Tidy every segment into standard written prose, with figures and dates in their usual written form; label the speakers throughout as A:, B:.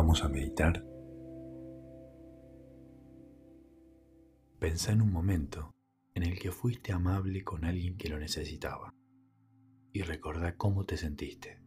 A: Vamos a meditar. Pensá en un momento en el que fuiste amable con alguien que lo necesitaba y recordá cómo te sentiste.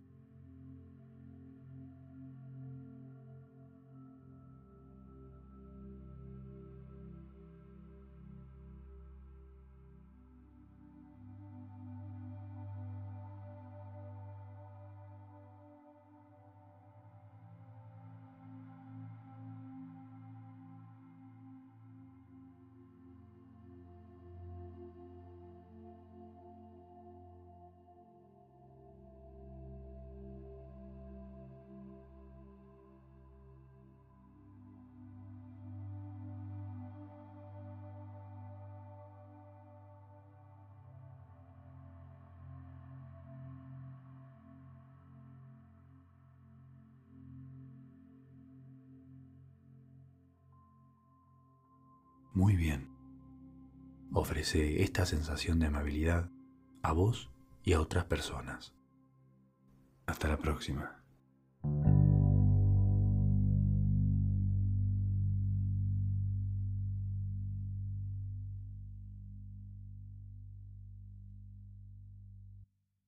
A: Muy bien. Ofrece esta sensación de amabilidad a vos y a otras personas. Hasta la próxima.